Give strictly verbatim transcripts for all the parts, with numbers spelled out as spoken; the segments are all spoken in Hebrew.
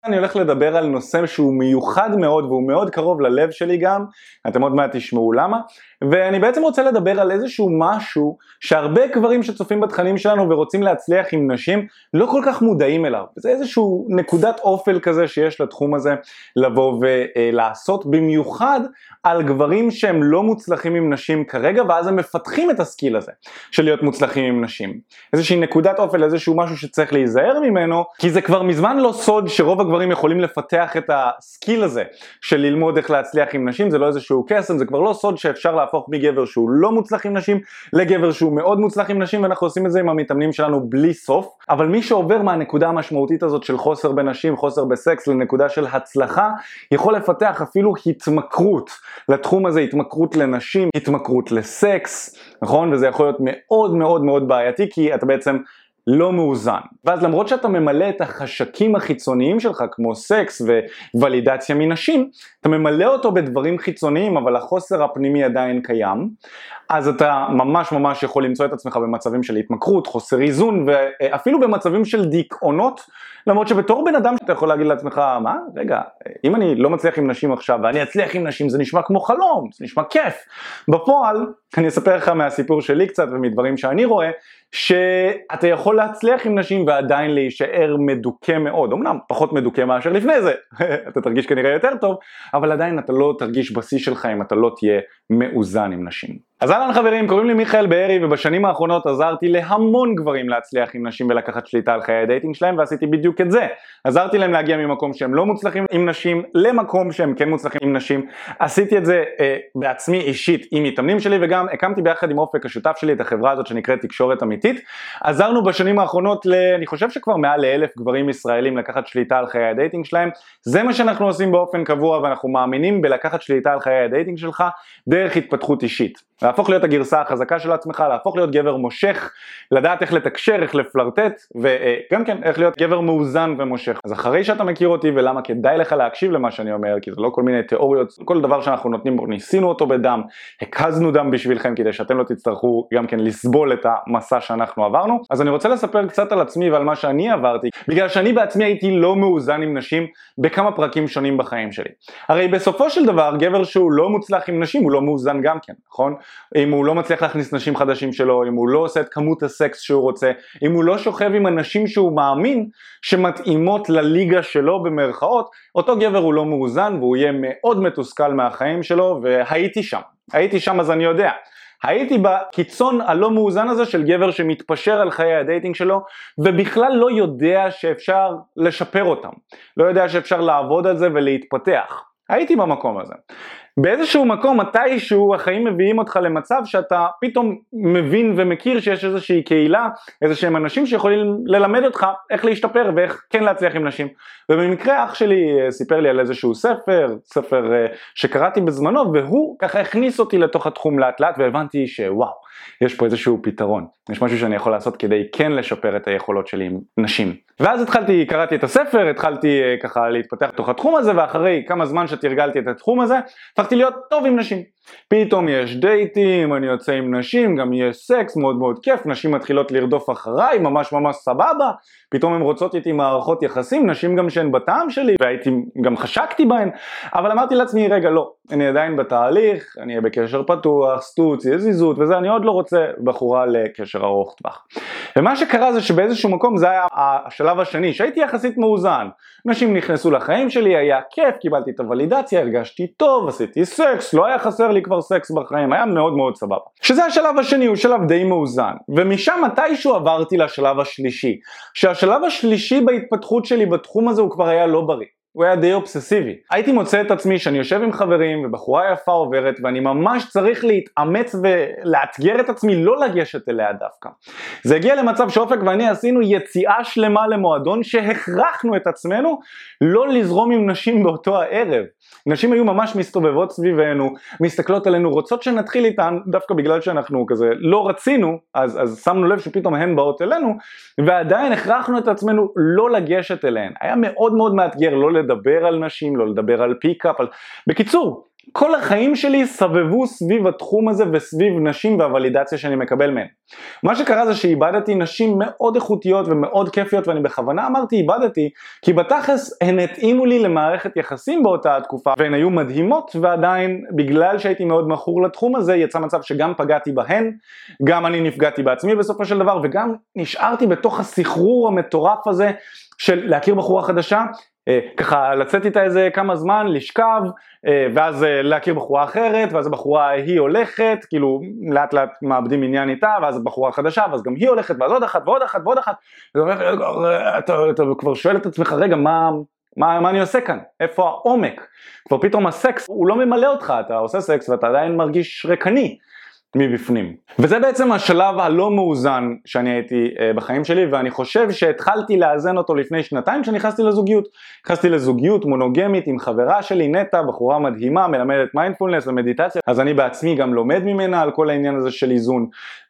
אני הולך לדבר על נושא שהוא מיוחד מאוד והוא מאוד קרוב ללב שלי גם, אתם עוד מעט תשמעו למה, ואני בעצם רוצה לדבר על איזשהו משהו שהרבה גברים שצופים בתכנים שלנו ורוצים להצליח עם נשים לא כל כך מודעים אליו. זה איזשהו נקודת אופל כזה שיש לתחום הזה לבוא ולעשות, במיוחד על גברים שהם לא מוצלחים עם נשים כרגע, ואז הם מפתחים את הסקיל הזה של להיות מוצלחים עם נשים. איזושהי נקודת אופל, איזשהו משהו שצריך להיזהר ממנו, כי זה כבר מזמן לא סוד שרוב הגברים יכולים לפתח את הסקיל הזה של ללמוד איך להצליח עם נשים. זה לא איזשהו קסם, זה כבר לא סוד שאפשר להפוך מגבר שהוא לא מוצלח עם נשים לגבר שהוא מאוד מוצלח עם נשים, ואנחנו עושים את זה עם המתאמנים שלנו בלי סוף. אבל מי שעובר מהנקודה המשמעותית הזאת של חוסר בנשים, חוסר בסקס, לנקודה של הצלחה, יכול לפתח אפילו התמכרות לתחום הזה, התמכרות לנשים, התמכרות לסקס, נכון? וזה יכול להיות מאוד מאוד מאוד בעייתי, כי אתה בעצם לא מאוזן. ואז למרות שאתה ממלא את החשקים החיצוניים שלך, כמו סקס וולידציה מנשים, אתה ממלא אותו בדברים חיצוניים, אבל החוסר הפנימי עדיין קיים, אז אתה ממש ממש יכול למצוא את עצמך במצבים של התמכרות, חוסר איזון, ואפילו במצבים של דיכאונות, למרות שבתור בן אדם אתה יכול להגיד לעצמך, מה? רגע, אם אני לא מצליח עם נשים עכשיו, ואני אצליח עם נשים, זה נשמע כמו חלום, זה נשמע כיף. בפועל, אני אספר לך מהסיפור שלי קצת ומדברים שאני רואה, שאתה יכול להצליח עם נשים ועדיין להישאר מדוכא מאוד, אמנם פחות מדוכא מאשר לפני זה, אתה תרגיש כנראה יותר טוב, אבל עדיין אתה לא תרגיש בשיא שלך אם אתה לא תהיה מאוזן עם נשים. אז אהלן חברים, קוראים לי מיכאל בארי, ובשנים האחרונות עזרתי להמון גברים להצליח עם נשים ולקחת שליטה על חיי הדייטינג שלהם, ועשיתי בדיוק את זה. עזרתי להם להגיע ממקום שהם לא מוצלחים עם נשים למקום שהם כן מוצלחים עם נשים. עשיתי את זה אה, בעצמי אישית עם מתאמנים שלי, וגם הקמתי ביחד עם אופק השותף שלי את החברה הזאת שנקראת תקשורת אמיתית. עזרנו בשנים האחרונות ל... אני חושב שכבר מעל לאלף גברים ישראלים לקחת שליטה על חיי הדייטינג שלהם. זה מה שאנחנו עושים באופן קבוע, ואנחנו מאמינים בלקחת שליטה על חיי הדייטינג שלך דרך התפתחות אישית. להפוך להיות הגרסה החזקה של עצמך, להפוך להיות גבר מושך, לדעת איך לתקשר, איך לפלרטט, וגם כן איך להיות גבר מאוזן ומושך. אז אחרי שאתה מכיר אותי ולמה כדאי לך להקשיב למה שאני אומר, כי זה לא כל מיני תיאוריות, כל דבר שאנחנו נותנים בו, ניסינו אותו בדם, הקזנו דם בשבילכם כדי שאתם לא תצטרכו גם כן לסבול את המסע שאנחנו עברנו. אז אני רוצה לספר קצת על עצמי ועל מה שאני עברתי, בגלל שאני בעצמי הייתי לא מאוזן עם נשים בכמה פרקים שונים בחיים שלי. הרי בסופו של דבר, גבר שהוא לא מוצלח עם נשים, הוא לא מאוזן גם כן, נכון? אם הוא לא מצליח להכניס נשים חדשים שלו, אם הוא לא עושה את כמות הסקס שהוא רוצה, אם הוא לא שוכב עם אנשים שהוא מאמין שמתאימות לליגה שלו במרכאות, אותו גבר הוא לא מאוזן והוא יהיה מאוד מתוסכל מהחיים שלו, והייתי שם. הייתי שם אז אני יודע. הייתי בקיצון הלא מאוזן הזה של גבר שמתפשר על חיי הדייטינג שלו, ובכלל לא יודע שאפשר לשפר אותם. לא יודע שאפשר לעבוד על זה ולהתפתח. הייתי במקום הזה. באיזשהו מקום, מתישהו החיים מביאים אותך למצב שאתה פתאום מבין ומכיר שיש איזושהי קהילה, איזשהם אנשים שיכולים ללמד אותך איך להשתפר ואיך כן להצליח עם נשים. ובמקרה אח שלי סיפר לי על איזשהו ספר, ספר שקראתי בזמנו, והוא ככה הכניס אותי לתוך התחום לאט לאט, והבנתי שוואו, יש פה איזשהו פתרון. יש משהו שאני יכול לעשות כדי כן לשפר את היכולות שלי עם נשים. ואז התחלתי, קראתי את הספר, התחלתי ככה להתפתח בתוך התחום הזה, ואחרי כמה זמן שתרגלתי את התחום הזה, הפכתי להיות טוב עם נשים. פתאום יש דייטים, אני יוצא עם נשים, גם יש סקס, מאוד מאוד כיף, נשים מתחילות לרדוף אחריי, ממש ממש סבבה, פתאום הן רוצות איתי מערכות יחסים, נשים גם שהן בטעם שלי, והייתי, גם חשקתי בהן, אבל אמרתי לעצמי, רגע לא, אני עדיין בתהליך, אני אהיה בקשר פתוח, סטוץ, זיזות וזה, אני עוד לא רוצה בחורה לקשר ארוך טווח. ומה שקרה זה שבאיזשהו מקום זה היה השלב השני, שהייתי יחסית מאוזן, נשים נכנסו לחיים שלי, היה כיף, קיבלתי את הוולידציה, הרגשתי טוב, עשיתי סקס, לא היה חסר לי כבר סקס בחיים, היה מאוד מאוד סבבה. שזה השלב השני, הוא שלב די מאוזן, ומשם מתישהו עברתי לשלב השלישי, שהשלב השלישי בהתפתחות שלי בתחום הזה הוא כבר היה לא בריא. הוא היה די אובססיבי. הייתי מוצא את עצמי שאני יושב עם חברים ובחורה יפה עוברת, ואני ממש צריך להתאמץ ולאתגר את עצמי לא לגשת אליה דווקא. זה הגיע למצב שאופק ואני עשינו יציאה שלמה למועדון שהכרחנו את עצמנו לא לזרום עם נשים באותו הערב. נשים היו ממש מסתובבות סביבנו, מסתכלות עלינו, רוצות שנתחיל איתן, דווקא בגלל שאנחנו כזה לא רצינו, אז, אז שמנו לב שפתאום הן באות אלינו, ועדיין הכרחנו את עצמנו לא לגשת אליהן. היה מאוד מאוד מאתגר לא לדבר על נשים, לא לדבר על פיקאפ, על... בקיצור, כל החיים שלי סבבו סביב התחום הזה וסביב נשים והוולידציה שאני מקבל מהן. מה שקרה זה שאיבדתי נשים מאוד איכותיות ומאוד כיפיות, ואני בכוונה אמרתי איבדתי, כי בתכלס הן התאימו לי למערכת יחסים באותה התקופה, והן היו מדהימות, ועדיין בגלל שהייתי מאוד מכור לתחום הזה, יצא מצב שגם פגעתי בהן, גם אני נפגעתי בעצמי בסופו של דבר, וגם נשארתי בתוך הסחרור המטורף הזה של להכיר בחורה חדשה, ככה לצאת איתה איזה כמה זמן, לשכב, ואז להכיר בחורה אחרת, ואז הבחורה היא הולכת, כאילו לאט לאט מאבדים עניין איתה, ואז הבחורה חדשה, ואז גם היא הולכת, ואז עוד אחת ועוד אחת ועוד אחת, אתה, אתה כבר שואל את עצמך, רגע, מה, מה, מה אני עושה כאן? איפה העומק? כבר פתאום הסקס הוא לא ממלא אותך, אתה עושה סקס ואתה עדיין מרגיש רקני מבפנים. וזה בעצם השלב הלא מאוזן שאני הייתי בחיים שלי, ואני חושב שהתחלתי לאזן אותו לפני שנתיים כשנכנסתי לזוגיות. נכנסתי לזוגיות מונוגמית עם חברה שלי, נטע, בחורה מדהימה, מלמדת מיינדפולנס ומדיטציה, אז אני בעצמי גם לומד ממנה על כל העניין הזה של איזון.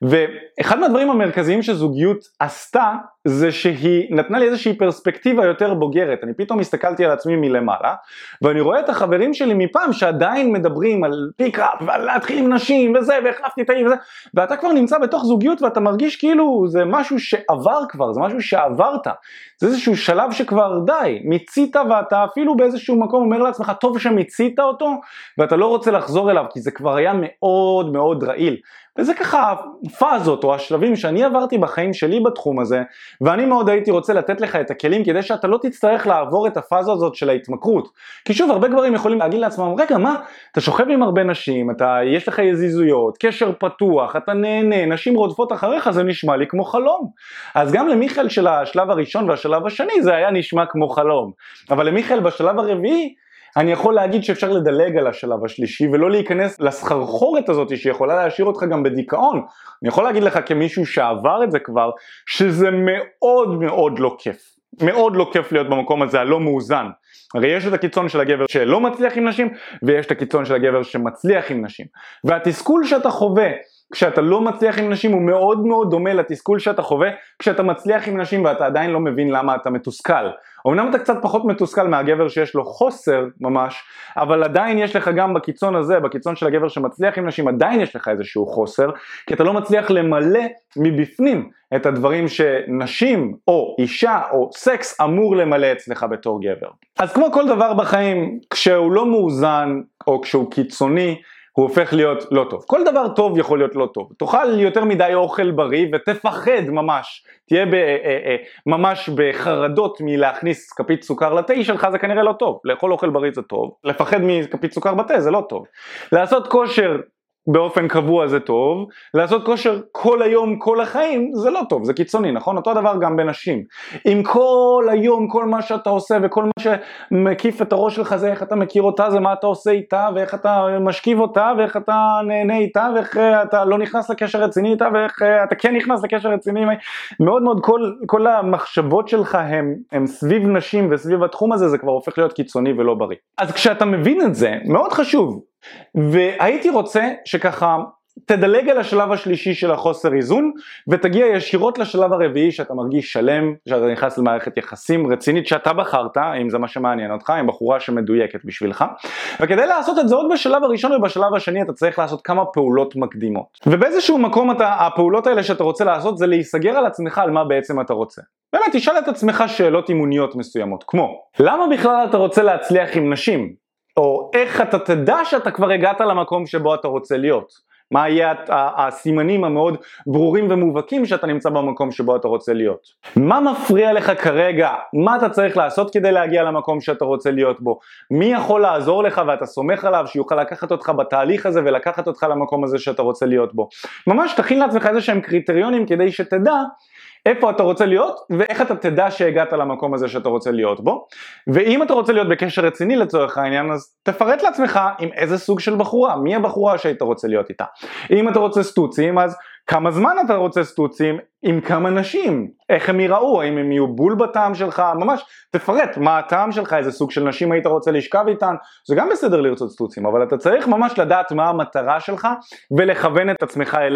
ואחד מהדברים המרכזיים שזוגיות עשתה, זה שהיא נתנה לי איזושהי פרספקטיבה יותר בוגרת. אני פתאום הסתכלתי על עצמי מלמעלה, ואני רואה את החברים שלי מפעם שעדיין מדברים על פיק-אפ ועל להתחיל עם נשים וזה, והחלפתי את העיר וזה, ואתה כבר נמצא בתוך זוגיות ואתה מרגיש כאילו זה משהו שעבר כבר, זה משהו שעברת, זה איזשהו שלב שכבר די, מיצית, ואתה אפילו באיזשהו מקום אומר לעצמך טוב שמיצית אותו, ואתה לא רוצה לחזור אליו, כי זה כבר היה מאוד מאוד רעיל. וזה ככה פאזות או השלבים שאני עברתי בחיים שלי בתחום הזה, ואני מאוד הייתי רוצה לתת לך את הכלים כדי שאתה לא תצטרך לעבור את הפאזה הזאת של ההתמכרות. כי שוב, הרבה גברים יכולים להגיד לעצמם, רגע, מה? אתה שוכב עם הרבה נשים, אתה, יש לך יזיזויות, קשר פתוח, אתה נהנה, נשים רודפות אחריך, זה נשמע לי כמו חלום. אז גם למיכאל של השלב הראשון והשלב השני זה היה נשמע כמו חלום. אבל למיכאל בשלב הרביעי, אני יכול להגיד שאפשר לדלג על השלב השלישי ולא להיכנס לסחרחורת הזאת שיכולה להשאיר אותך גם בדיכאון. אני יכול להגיד לך כמישהו שעבר את זה כבר, שזה מאוד מאוד לא כיף. מאוד לא כיף להיות במקום הזה הלא מאוזן. הרי יש את הקיצון של הגבר שלא מצליח עם נשים, ויש את הקיצון של הגבר שמצליח עם נשים. והתסכול שאתה חווה כשאתה לא מצליח עם נשים הוא מאוד מאוד דומה לתסכול שאתה חווה כשאתה מצליח עם נשים ואתה עדיין לא מבין למה אתה מתוסכל. אמנם אתה קצת פחות מתוסכל מהגבר שיש לו חוסר ממש, אבל עדיין יש לך גם בקיצון הזה, בקיצון של הגבר שמצליח עם נשים, עדיין יש לך איזשהו חוסר, כי אתה לא מצליח למלא מבפנים את הדברים שנשים או אישה או סקס אמור למלא אצלך בתור גבר. אז כמו כל דבר בחיים, כשהוא לא מאוזן או כשהוא קיצוני, הוא הופך להיות לא טוב. כל דבר טוב יכול להיות לא טוב. תאכל יותר מדי אוכל בריא ותפחד ממש, תהיה ב, אה, אה, ממש בחרדות מלהכניס כפית סוכר לתה שלך, זה כנראה לא טוב. לאכול אוכל בריא זה טוב, לפחד מכפית סוכר בתה זה לא טוב. לעשות כושר באופן קבוע זה טוב, לעשות כושר כל היום כל החיים זה לא טוב, זה קיצוני, נכון? אותו דבר גם בנשים. אם כל היום כל מה שאתה עושה וכל מה שמקיף את הראש שלך זה איך אתה מכיר אותה, זה מה אתה עושה איתה ואיך אתה משכיב אותה ואיך אתה נהנה איתה ואיך אתה לא נכנס לקשר רציני איתה ואיך אתה כן נכנס לקשר רציני. מאוד מאוד כל, כל המחשבות שלך הם, הם סביב נשים וסביב התחום הזה, זה כבר הופך להיות קיצוני ולא בריא. אז כשאתה מבין את זה, מאוד חשוב, והייתי רוצה שככה תדלג על השלב השלישי של החוסר איזון ותגיע ישירות לשלב הרביעי שאתה מרגיש שלם, שאתה נכנס למערכת יחסים רצינית שאתה בחרת, אם זה מה שמעניין אותך, עם בחורה שמדויקת בשבילך. וכדי לעשות את זה עוד בשלב הראשון ובשלב השני אתה צריך לעשות כמה פעולות מקדימות, ובאיזשהו מקום אתה, הפעולות האלה שאתה רוצה לעשות זה להיסגר על עצמך על מה בעצם אתה רוצה. באמת תשאל את עצמך שאלות אימוניות מסוימות, כמו למה בכלל אתה רוצה להצליח עם נשים? או איך אתה תדע שאתה כבר הגעת למקום שבו אתה רוצה להיות? מה יהיה הסימנים המאוד ברורים ומובהקים שאתה נמצא במקום שבו אתה רוצה להיות? מה מפריע לך כרגע? מה אתה צריך לעשות כדי להגיע למקום שאתה רוצה להיות בו? מי יכול לעזור לך ואתה סומך עליו שיוכל לקחת אותך בתהליך הזה ולקחת אותך למקום הזה שאתה רוצה להיות בו? ממש תכין לעצמך איזה שהם קריטריונים כדי שתדע איפה אתה רוצה להיות ואיך אתה תדע שהגעת למקום הזה שאתה רוצה להיות בו. ואם אתה רוצה להיות בקשר רציני לצורך העניין, אז תפרט לעצמך עם איזה סוג של בחורה, מי הבחורה שהיית רוצה להיות איתה. אם אתה רוצה סטוצים, אז כמה זמן אתה רוצה סטוצים, עם כמה נשים, איך הם ייראו, האם הם יהיו בול בטעם שלך, ממש תפרט מה הטעם שלך, איזה סוג של נשים היית רוצה לשכב איתן. זה גם בסדר לרצות סטוצים, אבל אתה צריך ממש לדעת מה המטרה שלך ולכוון את עצמך אליה.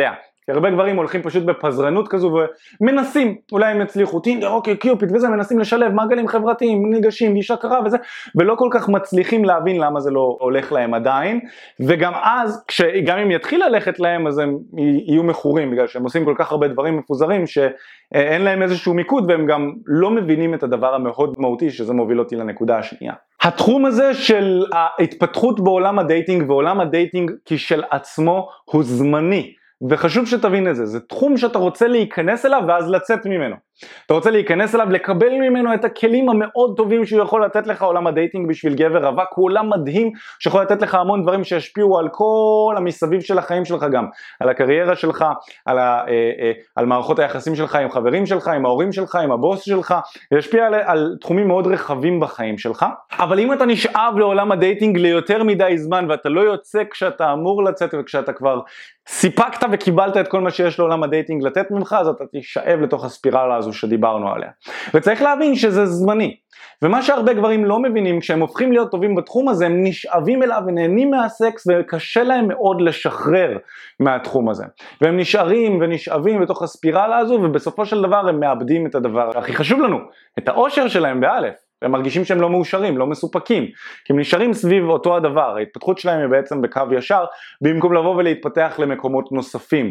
כי הרבה גברים הולכים פשוט בפזרנות כזו ומנסים, אולי הם יצליחו, טינדר, אוקיי, קיופיד וזה, מנסים לשלב מעגלים חברתיים, ניגשים, גישה קרה וזה, ולא כל כך מצליחים להבין למה זה לא הולך להם עדיין, וגם אז, גם אם יתחיל ללכת להם, אז הם יהיו מכורים, בגלל שהם עושים כל כך הרבה דברים מפוזרים, שאין להם איזשהו מיקוד, והם גם לא מבינים את הדבר המאוד מהותי, שזה מוביל אותי לנקודה השנייה. התחום הזה של ההתפתחות בעולם הדייטינג, ועולם הדייטינג כשל עצמו הוא זמני, וחשוב שתבין את זה, זה תחום שאתה רוצה להיכנס אליו ואז לצאת ממנו. אתה רוצה להיכנס אליו, לקבל ממנו את הכלים המאוד טובים שהוא יכול לתת לך. עולם הדייטינג בשביל גבר רווק הוא עולם מדהים שיכול לתת לך המון דברים שישפיעו על כל המסביב של החיים שלך, גם על הקריירה שלך, על, ה, על מערכות היחסים שלך עם חברים שלך, עם ההורים שלך, עם הבוס שלך, ישפיע על, על תחומים מאוד רחבים בחיים שלך. אבל אם אתה נשאב לעולם הדייטינג ליותר מדי זמן ואתה לא יוצא כשאתה אמור לצאת וכשאתה כבר סיפקת וקיבלת את כל מה שיש לעולם הדייטינג לתת ממך, אז אתה תשאב לתוך הספירלה הזו שדיברנו עליה. וצריך להבין שזה זמני. ומה שהרבה גברים לא מבינים, כשהם הופכים להיות טובים בתחום הזה, הם נשאבים אליו ונהנים מהסקס, וקשה להם מאוד לשחרר מהתחום הזה. והם נשארים ונשאבים בתוך הספירלה הזו, ובסופו של דבר הם מאבדים את הדבר הכי חשוב לנו, את האושר שלהם באלף. הם מרגישים שהם לא מאושרים, לא מסופקים, כי הם נשארים סביב אותו הדבר. ההתפתחות שלהם היא בעצם בקו ישר, במקום לבוא ולהתפתח למקומות נוספים,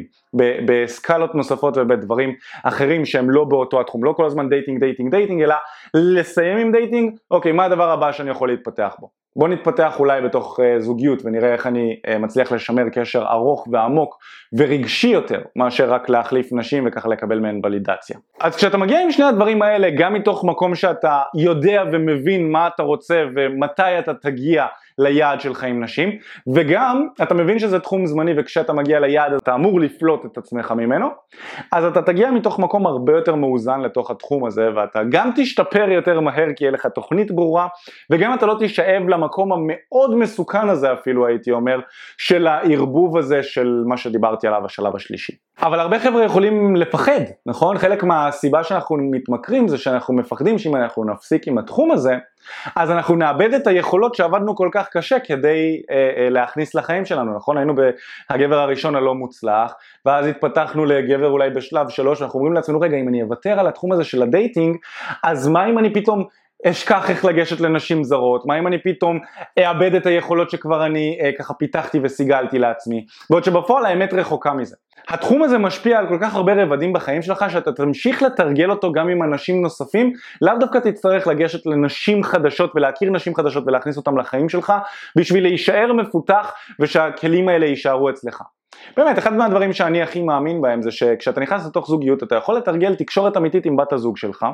בסקלות נוספות ובדברים אחרים שהם לא באותו התחום, לא כל הזמן דייטינג, דייטינג, דייטינג, אלא לסיים עם דייטינג, אוקיי, מה הדבר הבא שאני יכול להתפתח בו? בוא נתפתח אולי בתוך uh, זוגיות ונראה איך אני uh, מצליח לשמר קשר ארוך ועמוק ורגשי יותר מאשר רק להחליף נשים וככה לקבל מהן ולידציה. אז כשאתה מגיע עם שני הדברים האלה, גם מתוך מקום שאתה יודע ומבין מה אתה רוצה ומתי אתה תגיע ליעד שלך עם נשים, וגם אתה מבין שזה תחום זמני וכשאתה מגיע ליעד אתה אמור לפלוט את עצמך ממנו, אז אתה תגיע מתוך מקום הרבה יותר מאוזן לתוך התחום הזה, ואתה גם תשתפר יותר מהר כי יהיה לך תוכנית ברורה, וגם אתה לא תשאב למקום המאוד מסוכן הזה אפילו הייתי אומר, של הערבוב הזה של מה שדיברתי עליו השלב השלישי. אבל הרבה חבר'ה יכולים לפחד, נכון? חלק מהסיבה שאנחנו מתמכרים זה שאנחנו מפחדים שאם אנחנו נפסיק עם התחום הזה, אז אנחנו נאבד את היכולות שעבדנו כל כך קשה כדי אה, אה, להכניס לחיים שלנו, נכון? היינו בהגבר הראשון הלא מוצלח, ואז התפתחנו לגבר אולי בשלב שלוש, ואנחנו אומרים לעצמנו, רגע, אם אני אוותר על התחום הזה של הדייטינג, אז מה אם אני פתאום אשכח איך לגשת לנשים זרות? מה אם אני פתאום אאבד את היכולות שכבר אני אה, ככה פיתחתי וסיגלתי לעצמי? בעוד שבפועל האמת רחוקה מזה. התחום הזה משפיע על כל כך הרבה רבדים בחיים שלך, שאתה תמשיך לתרגל אותו גם עם אנשים נוספים, לאו דווקא תצטרך לגשת לנשים חדשות ולהכיר נשים חדשות ולהכניס אותם לחיים שלך, בשביל להישאר מפותח ושהכלים האלה יישארו אצלך. באמת, אחד מהדברים שאני הכי מאמין בהם זה שכשאתה נכנס לתוך זוגיות אתה יכול לתרגל תקשורת אמיתית עם בת הזוג שלך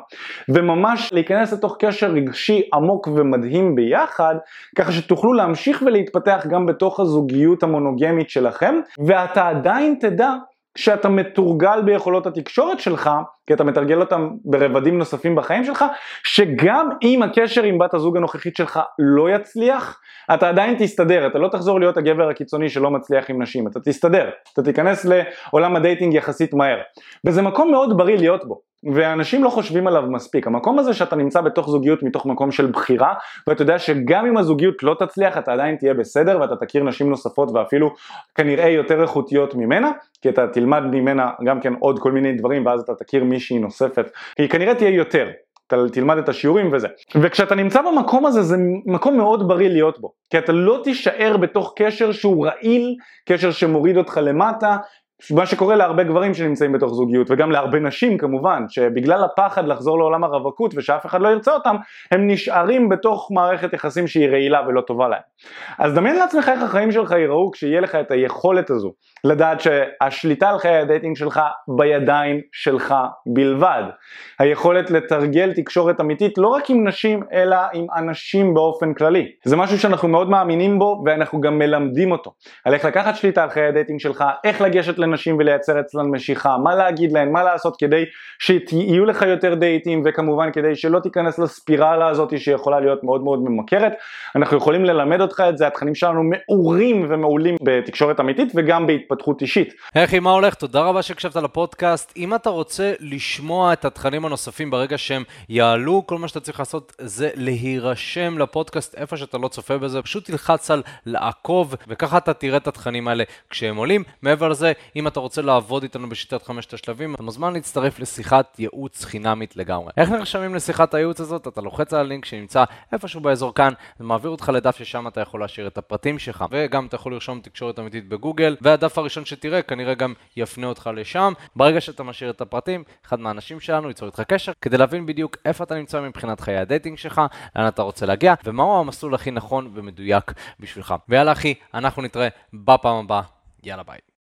וממש להיכנס לתוך קשר רגשי עמוק ומדהים ביחד, ככה שתוכלו להמשיך ולהתפתח גם בתוך הזוגיות המונוגמית שלכם, ואתה עדיין תדע שאתה מתורגל ביכולות התקשורת שלך, כי אתה מתרגל אותם ברבדים נוספים בחיים שלך, שגם אם הקשר עם בת הזוג הנוכחית שלך לא יצליח, אתה עדיין תסתדר, אתה לא תחזור להיות הגבר הקיצוני שלא מצליח עם נשים, אתה תסתדר, אתה תיכנס לעולם הדייטינג יחסית מהר, וזה מקום מאוד בריא להיות בו, ואנשים לא חושבים עליו מספיק. המקום הזה שאתה נמצא בתוך זוגיות מתוך מקום של בחירה, ואתה יודע שגם אם הזוגיות לא תצליח אתה עדיין תהיה בסדר, ואתה תכיר נשים נוספות ואפילו כנראה יותר איכותיות ממנה, כי אתה תלמד ממנה גם כן עוד כל מיני דברים, ואז אתה תכיר מישהי נוספת, כי כנראה תהיה יותר, אתה תלמד את השיעורים וזה. וכשאתה נמצא במקום הזה, זה מקום מאוד בריא להיות בו, כי אתה לא תישאר בתוך קשר שהוא רעיל, קשר שמוריד אותך למטה, מה שקורה להרבה גברים שנמצאים בתוך זוגיות, וגם להרבה נשים כמובן, שבגלל הפחד לחזור לעולם הרווקות ושאף אחד לא ירצה אותם, הם נשארים בתוך מערכת יחסים שהיא רעילה ולא טובה להם. אז דמיין לעצמך איך החיים שלך ייראו כשיהיה לך את היכולת הזו, לדעת שהשליטה על חיי הדייטינג שלך בידיים שלך בלבד. היכולת לתרגל תקשורת אמיתית לא רק עם נשים, אלא עם אנשים באופן כללי. זה משהו שאנחנו מאוד מאמינים בו, ואנחנו גם מלמדים אותו. על איך לקחת שליטה על חיי הדייטינג שלך, איך לגשת לנשים ולייצר אצלן משיכה, מה להגיד להן, מה לעשות כדי שיהיו לך יותר דייטים, וכמובן כדי שלא תיכנס לספירלה הזאת שיכולה להיות מאוד מאוד ממכרת. אנחנו יכולים ללמד אותך את זה, התכנים שלנו מעורים ומעולים בתקשורת אמיתית וגם בהתפתחות אישית. היי, מה הולך? תודה רבה שהקשבת לפודקאסט. אם אתה רוצה לשמוע את התכנים הנוספים ברגע שהם יעלו, כל מה שאתה צריך לעשות זה להירשם לפודקאסט איפה שאתה לא צופה בזה, פשוט תלחץ על לעקוב וככה אתה תראה את התכנים האלה כשהם עולים. מעבר לזה, אם אתה רוצה לעבוד איתנו בשיטת חמשת השלבים, אתה מוזמן להצטרף לשיחת ייעוץ חינמית לגמרי. איך נרשמים לשיחת הייעוץ הזאת? אתה לוחץ על הלינק שנמצא איפשהו באזור כאן, זה מעביר אותך לדף ששם אתה יכול להשאיר את הפרטים שלך, וגם אתה יכול לרשום תקשורת אמיתית בגוגל, והדף הראשון שתראה כנראה גם יפנה אותך לשם. ברגע שאתה משאיר את הפרטים, אחד מהאנשים שלנו ייצור איתך קשר כדי להבין בדיוק איפה אתה נמצא מבחינת חיי הדייטינג שלך, לאן אתה רוצה להגיע, ומהו המסלול הכי נכון ומדויק בשבילך. ויאללה אחי, אנחנו נתראה בפעם הבאה. יאללה ביי.